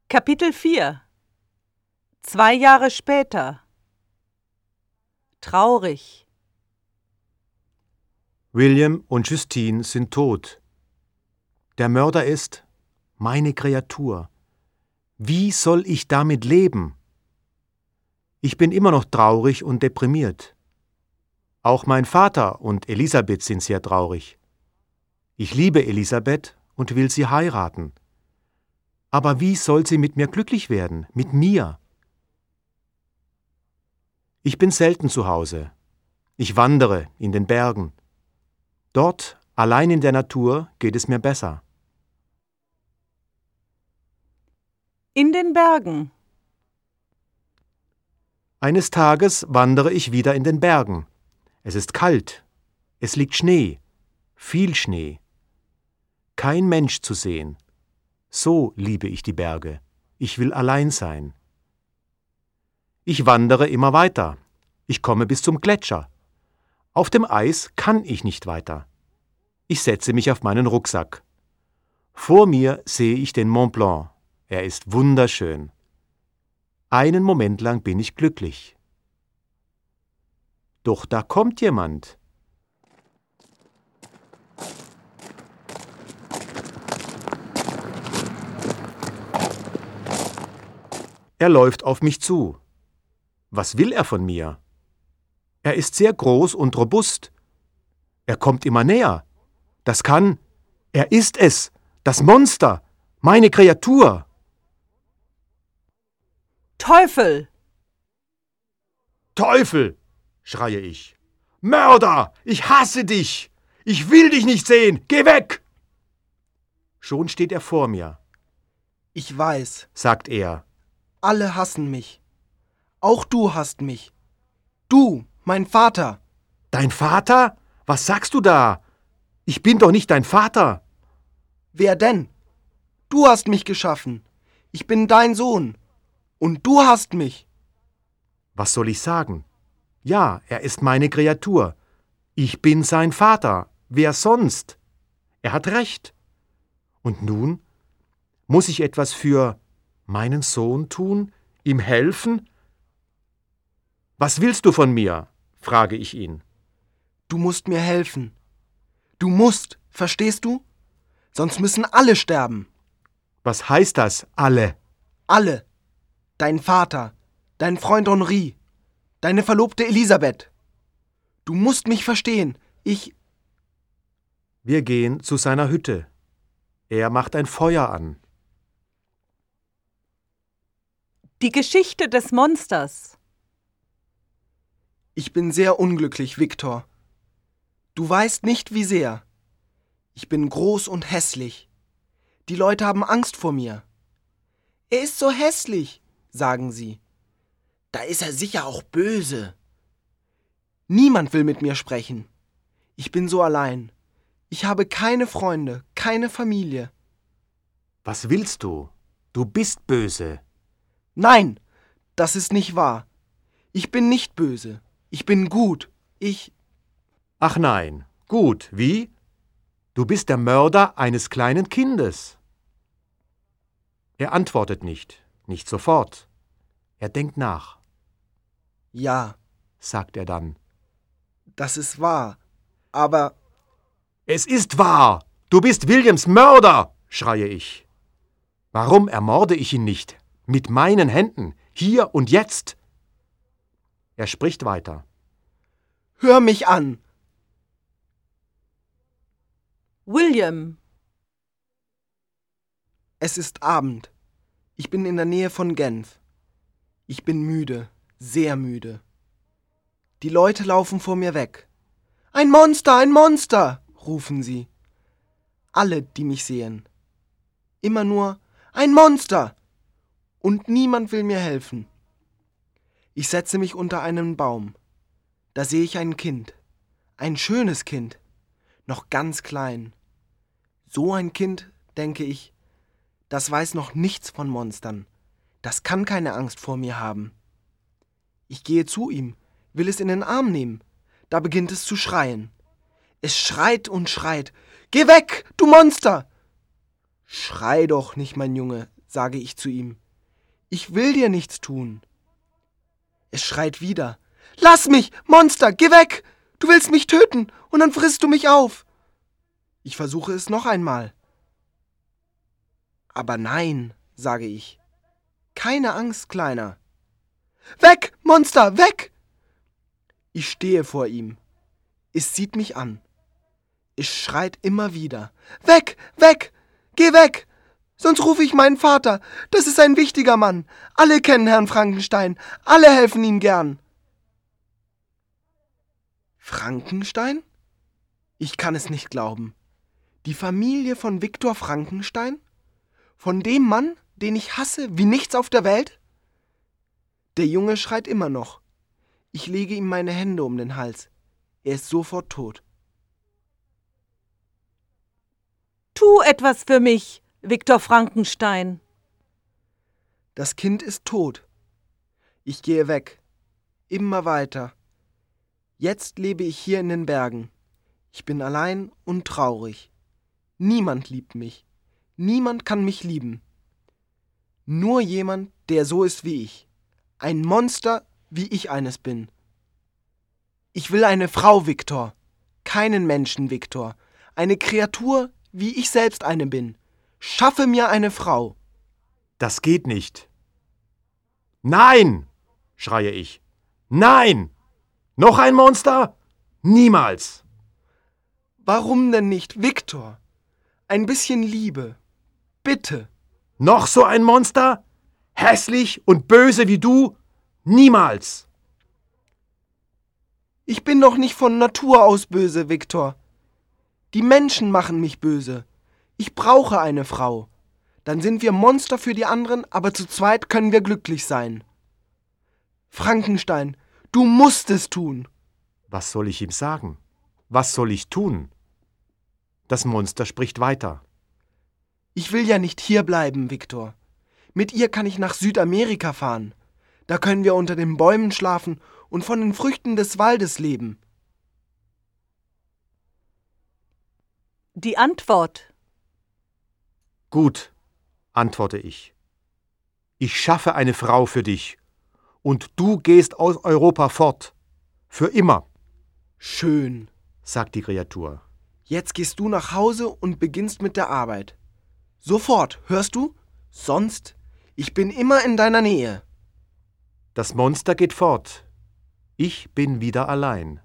Kapitel 4 2 Jahre später. Traurig. William und Justine sind tot. Der Mörder ist meine Kreatur. Wie soll ich damit leben? Ich bin immer noch traurig und deprimiert. Auch mein Vater und Elisabeth sind sehr traurig. Ich liebe Elisabeth und will sie heiraten. Aber wie soll sie mit mir glücklich werden, mit mir? Ich bin selten zu Hause. Ich wandere in den Bergen. Dort, allein in der Natur, geht es mir besser. In den Bergen. Eines Tages wandere ich wieder in den Bergen. Es ist kalt. Es liegt Schnee. Viel Schnee. Kein Mensch zu sehen. So liebe ich die Berge. Ich will allein sein. Ich wandere immer weiter. Ich komme bis zum Gletscher. Auf dem Eis kann ich nicht weiter. Ich setze mich auf meinen Rucksack. Vor mir sehe ich den Mont Blanc. Er ist wunderschön. Einen Moment lang bin ich glücklich. Doch da kommt jemand. Er läuft auf mich zu. Was will er von mir? Er ist sehr groß und robust. Er kommt immer näher. Er ist es, das Monster, meine Kreatur. Teufel! Teufel, schreie ich. Mörder, ich hasse dich. Ich will dich nicht sehen. Geh weg! Schon steht er vor mir. Ich weiß, Sagt er. alle hassen mich. Auch du hasst mich. Du, mein Vater. Dein Vater? Was sagst du da? Ich bin doch nicht dein Vater. Wer denn? Du hast mich geschaffen. Ich bin dein Sohn. Und du hasst mich. Was soll ich sagen? Ja, er ist meine Kreatur. Ich bin sein Vater. Wer sonst? Er hat recht. Und nun? Muss ich etwas für meinen Sohn tun? Ihm helfen? Was willst du von mir? Frage ich ihn. Du musst mir helfen. Du musst, verstehst du? Sonst müssen alle sterben. Was heißt das, alle? Alle. Dein Vater, dein Freund Henri, deine Verlobte Elisabeth. Du musst mich verstehen. Wir gehen zu seiner Hütte. Er macht ein Feuer an. Die Geschichte des Monsters. Ich bin sehr unglücklich, Viktor. Du weißt nicht, wie sehr. Ich bin groß und hässlich. Die Leute haben Angst vor mir. Er ist so hässlich, sagen sie. Da ist er sicher auch böse. Niemand will mit mir sprechen. Ich bin so allein. Ich habe keine Freunde, keine Familie. Was willst du? Du bist böse. Nein, das ist nicht wahr. Ich bin nicht böse. Ich bin gut. Ach nein, gut, wie? Du bist der Mörder eines kleinen Kindes. Er antwortet nicht sofort. Er denkt nach. Ja, Sagt er dann. das ist wahr. Aber Es ist wahr! Du bist Williams Mörder! Schreie ich. Warum ermorde ich ihn nicht? Mit meinen Händen, hier und jetzt? Er spricht weiter. hör mich an. William. Es ist Abend. Ich bin in der Nähe von Genf. Ich bin müde, sehr müde. Die Leute laufen vor mir weg. Ein Monster, rufen sie. Alle, die mich sehen. Immer nur ein Monster. Und niemand will mir helfen. Ich setze mich unter einen Baum. Da sehe ich ein Kind. Ein schönes Kind. Noch ganz klein. So ein Kind, denke ich, das weiß noch nichts von Monstern. Das kann keine Angst vor mir haben. Ich gehe zu ihm, will es in den Arm nehmen. Da beginnt es zu schreien. Es schreit und schreit. Geh weg, du Monster! Schrei doch nicht, mein Junge, sage ich zu ihm. Ich will dir nichts tun. Es schreit wieder. Lass mich, Monster, geh weg! Du willst mich töten und dann frisst du mich auf. Ich versuche es noch einmal. Aber nein, sage ich. Keine Angst, Kleiner. Weg, Monster, weg! Ich stehe vor ihm. Es sieht mich an. Es schreit immer wieder. Weg, weg, geh weg! Sonst rufe ich meinen Vater. Das ist ein wichtiger Mann. Alle kennen Herrn Frankenstein. Alle helfen ihm gern. Frankenstein? Ich kann es nicht glauben. Die Familie von Viktor Frankenstein? Von dem Mann, den ich hasse wie nichts auf der Welt? Der Junge schreit immer noch. Ich lege ihm meine Hände um den Hals. Er ist sofort tot. Tu etwas für mich, Viktor Frankenstein. Das Kind ist tot. Ich gehe weg. Immer weiter. Jetzt lebe ich hier in den Bergen. Ich bin allein und traurig. Niemand liebt mich. Niemand kann mich lieben. Nur jemand, der so ist wie ich. Ein Monster, wie ich eines bin. Ich will eine Frau, Viktor. Keinen Menschen, Viktor. Eine Kreatur, wie ich selbst eine bin. Schaffe mir eine Frau. Das geht nicht. Nein, schreie ich. Nein! Noch ein Monster? Niemals! Warum denn nicht, Viktor? Ein bisschen Liebe. Bitte. Noch so ein Monster? Hässlich und böse wie du? Niemals! Ich bin doch nicht von Natur aus böse, Viktor. Die Menschen machen mich böse. Ich brauche eine Frau. Dann sind wir Monster für die anderen, aber zu zweit können wir glücklich sein. Frankenstein, du musst es tun. Was soll ich ihm sagen? Was soll ich tun? Das Monster spricht weiter. Ich will ja nicht hier bleiben, Viktor. Mit ihr kann ich nach Südamerika fahren. Da können wir unter den Bäumen schlafen und von den Früchten des Waldes leben. Die Antwort. Gut, antworte ich. Ich schaffe eine Frau für dich und du gehst aus Europa fort. Für immer. Schön, sagt die Kreatur. Jetzt gehst du nach Hause und beginnst mit der Arbeit. Sofort, hörst du? Sonst, ich bin immer in deiner Nähe. Das Monster geht fort. Ich bin wieder allein.